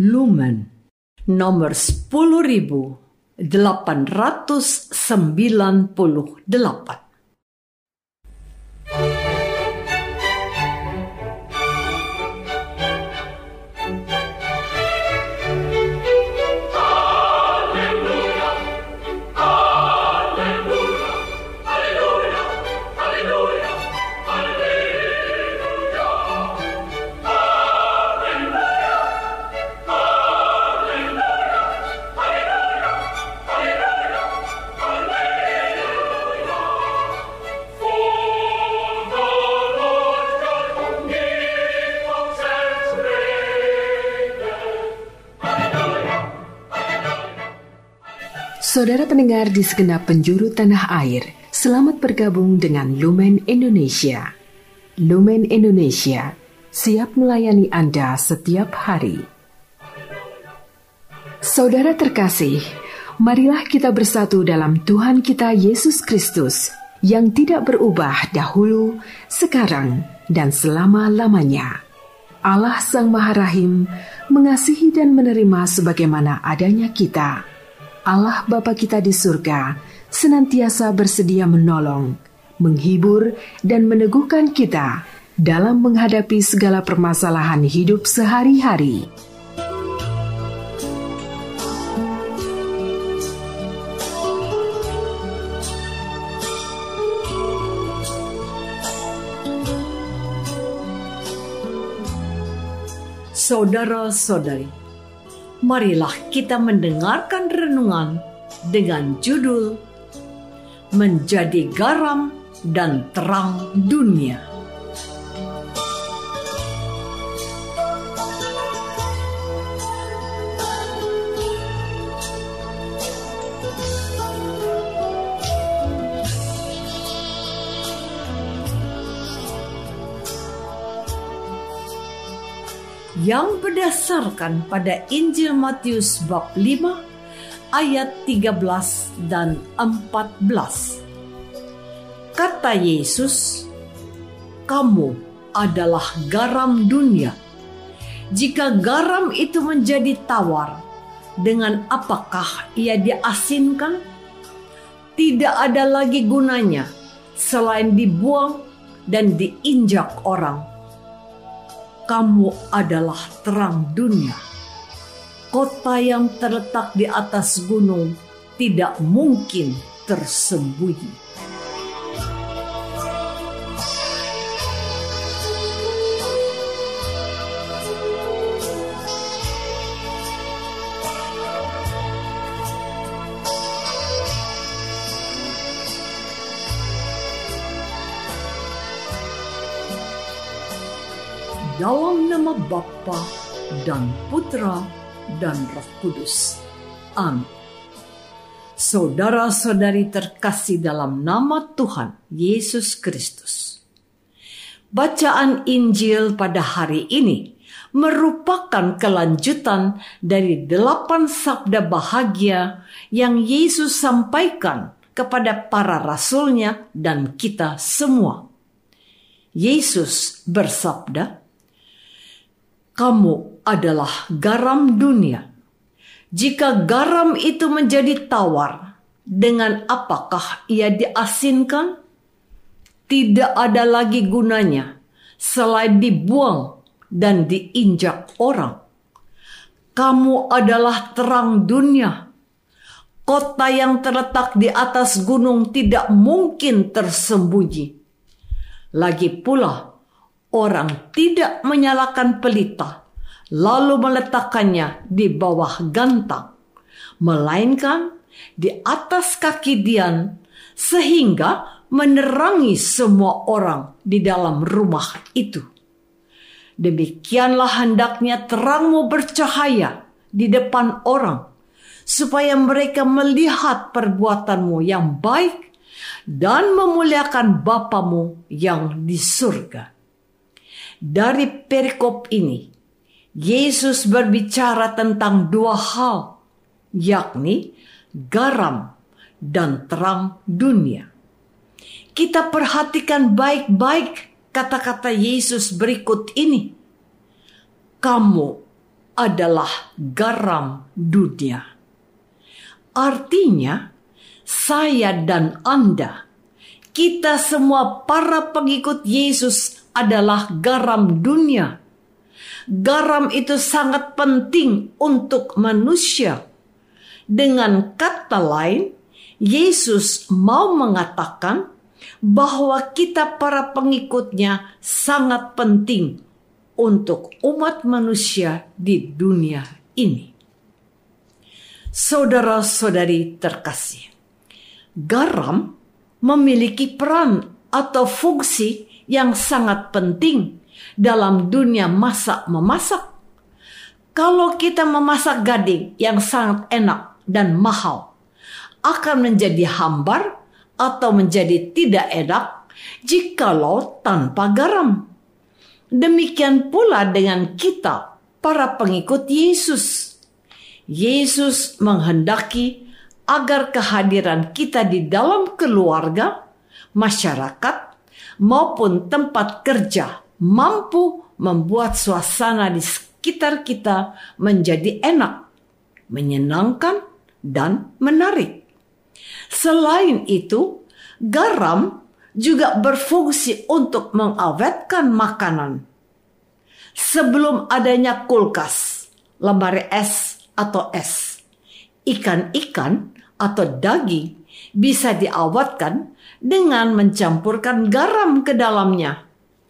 Lumen nomor 10.898. Saudara pendengar di segenap penjuru tanah air, selamat bergabung dengan Lumen Indonesia. Lumen Indonesia siap melayani Anda setiap hari. Saudara terkasih, marilah kita bersatu dalam Tuhan kita Yesus Kristus yang tidak berubah dahulu, sekarang, dan selama-lamanya. Allah Sang Maha Rahim mengasihi dan menerima sebagaimana adanya kita. Allah Bapa kita di surga senantiasa bersedia menolong, menghibur, dan meneguhkan kita dalam menghadapi segala permasalahan hidup sehari-hari. Saudara-saudari, marilah kita mendengarkan renungan dengan judul Menjadi Garam dan Terang Dunia. Yang berdasarkan pada Injil Matius bab 5 ayat 13 dan 14. Kata Yesus, "Kamu adalah garam dunia. Jika garam itu menjadi tawar, dengan apakah ia diasinkan? Tidak ada lagi gunanya selain dibuang dan diinjak orang. Kamu adalah terang dunia. Kota yang terletak di atas gunung tidak mungkin tersembunyi." Dalam nama Bapa dan Putra dan Roh Kudus. Amin. Saudara-saudari terkasih dalam nama Tuhan Yesus Kristus. Bacaan Injil pada hari ini merupakan kelanjutan dari 8 sabda bahagia yang Yesus sampaikan kepada para rasulnya dan kita semua. Yesus bersabda, "Kamu adalah garam dunia. Jika garam itu menjadi tawar, dengan apakah ia diasinkan? Tidak ada lagi gunanya selain dibuang dan diinjak orang. Kamu adalah terang dunia. Kota yang terletak di atas gunung tidak mungkin tersembunyi. Lagi pula, orang tidak menyalakan pelita, lalu meletakkannya di bawah gantang, melainkan di atas kaki dian, sehingga menerangi semua orang di dalam rumah itu. Demikianlah hendaknya terangmu bercahaya di depan orang, supaya mereka melihat perbuatanmu yang baik dan memuliakan Bapamu yang di surga." Dari perikop ini, Yesus berbicara tentang 2 hal, yakni garam dan terang dunia. Kita perhatikan baik-baik kata-kata Yesus berikut ini. Kamu adalah garam dunia. Artinya, saya dan Anda, kita semua para pengikut Yesus adalah garam dunia. Garam itu sangat penting untuk manusia. Dengan kata lain, Yesus mau mengatakan bahwa kita para pengikutnya sangat penting untuk umat manusia di dunia ini. Saudara-saudari terkasih, garam memiliki peran atau fungsi yang sangat penting dalam dunia masak-memasak. Kalau kita memasak gading yang sangat enak dan mahal, akan menjadi hambar atau menjadi tidak enak jikalau tanpa garam. Demikian pula dengan kita, para pengikut Yesus. Yesus menghendaki agar kehadiran kita di dalam keluarga, masyarakat, maupun tempat kerja mampu membuat suasana di sekitar kita menjadi enak, menyenangkan, dan menarik. Selain itu, garam juga berfungsi untuk mengawetkan makanan. Sebelum adanya kulkas, lemari es atau es, ikan-ikan atau daging bisa diawetkan dengan mencampurkan garam ke dalamnya.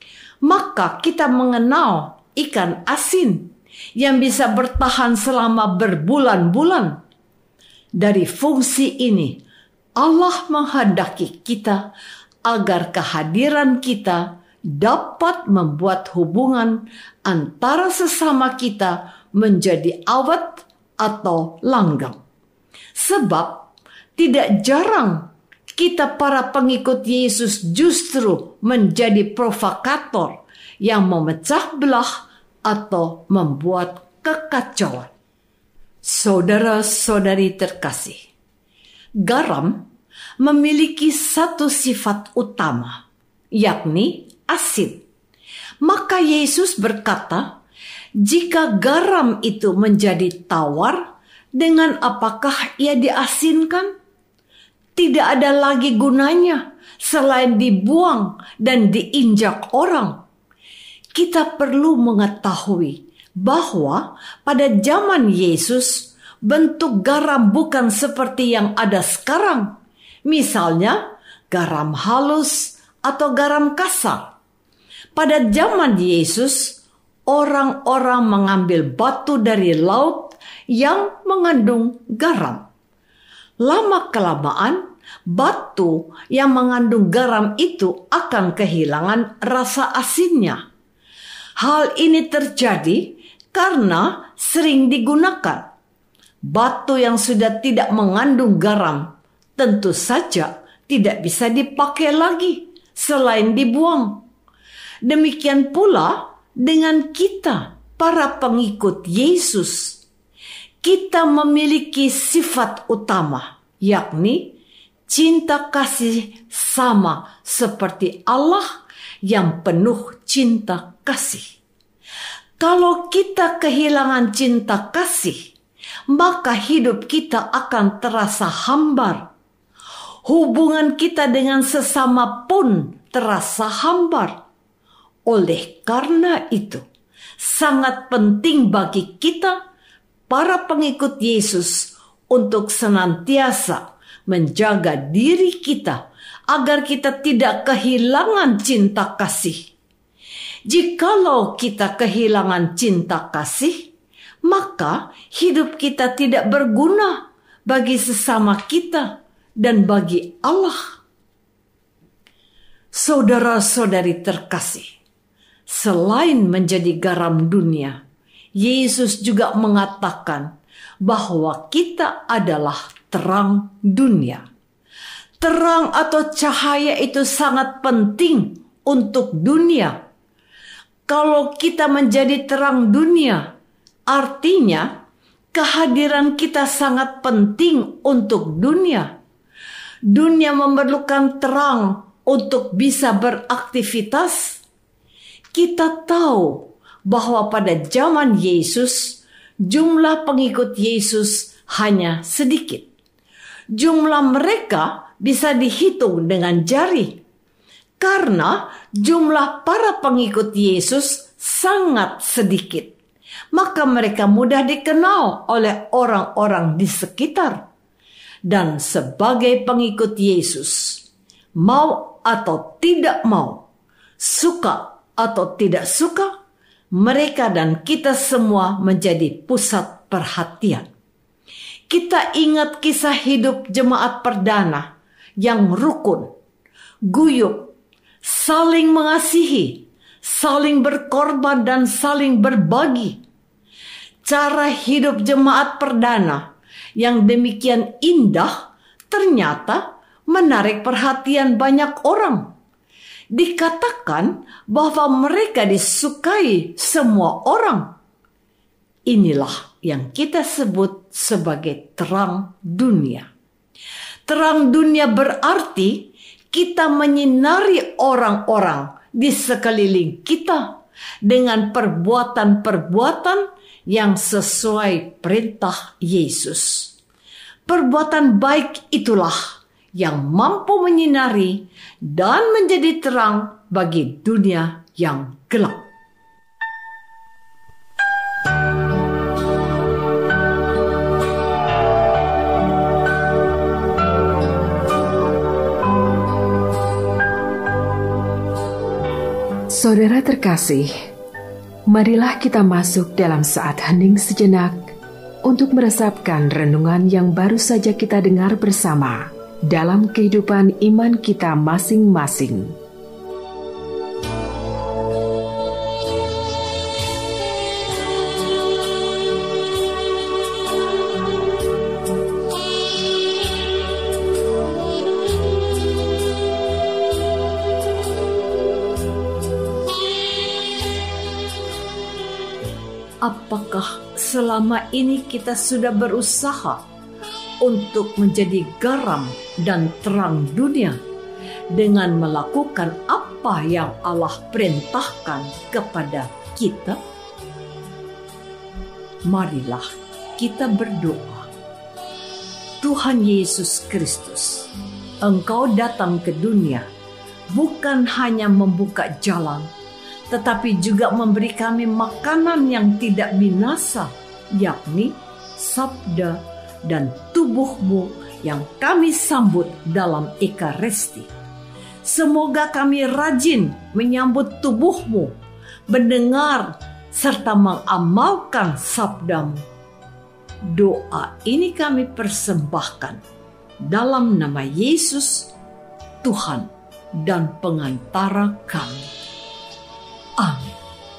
Maka kita mengenal ikan asin yang bisa bertahan selama berbulan-bulan. Dari fungsi ini, Allah menghendaki kita agar kehadiran kita dapat membuat hubungan antara sesama kita menjadi awet atau langgeng. Sebab tidak jarang kita para pengikut Yesus justru menjadi provokator yang memecah belah atau membuat kekacauan. Saudara-saudari terkasih, garam memiliki satu sifat utama, yakni asin. Maka Yesus berkata, jika garam itu menjadi tawar, dengan apakah ia diasinkan? Tidak ada lagi gunanya selain dibuang dan diinjak orang. Kita perlu mengetahui bahwa pada zaman Yesus bentuk garam bukan seperti yang ada sekarang. Misalnya garam halus atau garam kasar. Pada zaman Yesus, orang-orang mengambil batu dari laut yang mengandung garam. Lama-kelamaan, batu yang mengandung garam itu akan kehilangan rasa asinnya. Hal ini terjadi karena sering digunakan. Batu yang sudah tidak mengandung garam tentu saja tidak bisa dipakai lagi selain dibuang. Demikian pula dengan kita, para pengikut Yesus. Kita memiliki sifat utama, yakni cinta kasih sama seperti Allah yang penuh cinta kasih. Kalau kita kehilangan cinta kasih, maka hidup kita akan terasa hambar. Hubungan kita dengan sesama pun terasa hambar. Oleh karena itu, sangat penting bagi kita, para pengikut Yesus, untuk senantiasa menjaga diri kita agar kita tidak kehilangan cinta kasih. Jikalau kita kehilangan cinta kasih, maka hidup kita tidak berguna bagi sesama kita dan bagi Allah. Saudara-saudari terkasih, selain menjadi garam dunia, Yesus juga mengatakan bahwa kita adalah terang dunia. Terang atau cahaya itu sangat penting untuk dunia. Kalau kita menjadi terang dunia, artinya kehadiran kita sangat penting untuk dunia. Dunia memerlukan terang untuk bisa beraktivitas. Kita tahu bahwa pada zaman Yesus, jumlah pengikut Yesus hanya sedikit. Jumlah mereka bisa dihitung dengan jari, karena jumlah para pengikut Yesus sangat sedikit. Maka mereka mudah dikenal oleh orang-orang di sekitar. Dan sebagai pengikut Yesus, mau atau tidak mau, suka atau tidak suka, mereka dan kita semua menjadi pusat perhatian. Kita ingat kisah hidup jemaat perdana yang rukun, guyup, saling mengasihi, saling berkorban dan saling berbagi. Cara hidup jemaat perdana yang demikian indah ternyata menarik perhatian banyak orang. Dikatakan bahwa mereka disukai semua orang. Inilah yang kita sebut sebagai terang dunia. Terang dunia berarti kita menyinari orang-orang di sekeliling kita dengan perbuatan-perbuatan yang sesuai perintah Yesus. Perbuatan baik itulah yang mampu menyinari dan menjadi terang bagi dunia yang gelap. Saudara terkasih, marilah kita masuk dalam saat hening sejenak untuk meresapkan renungan yang baru saja kita dengar bersama dalam kehidupan iman kita masing-masing. Apakah selama ini kita sudah berusaha untuk menjadi garam dan terang dunia dengan melakukan apa yang Allah perintahkan kepada kita? Marilah kita berdoa. Tuhan Yesus Kristus, Engkau datang ke dunia bukan hanya membuka jalan, tetapi juga memberi kami makanan yang tidak binasa, yakni sabda dan tubuh-Mu yang kami sambut dalam Ekaristi. Semoga kami rajin menyambut tubuh-Mu, mendengar serta mengamalkan sabda-Mu. Doa ini kami persembahkan dalam nama Yesus, Tuhan dan pengantara kami. Amin.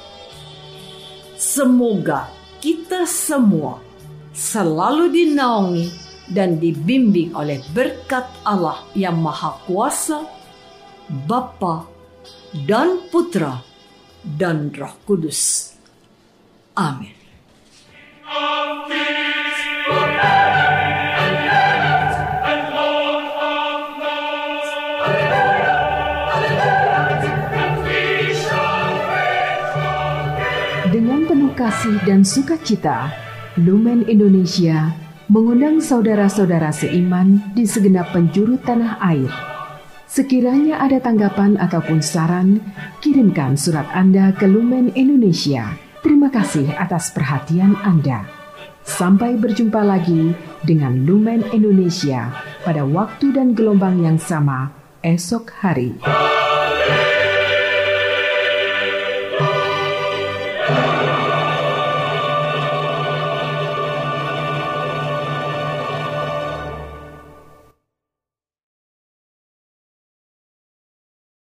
Semoga kita semua selalu dinaungi dan dibimbing oleh berkat Allah yang Maha Kuasa, Bapa dan Putra dan Roh Kudus. Amin. Dengan penuh kasih dan sukacita, Lumen Indonesia mengundang saudara-saudara seiman di segenap penjuru tanah air. Sekiranya ada tanggapan ataupun saran, kirimkan surat Anda ke Lumen Indonesia. Terima kasih atas perhatian Anda. Sampai berjumpa lagi dengan Lumen Indonesia pada waktu dan gelombang yang sama esok hari.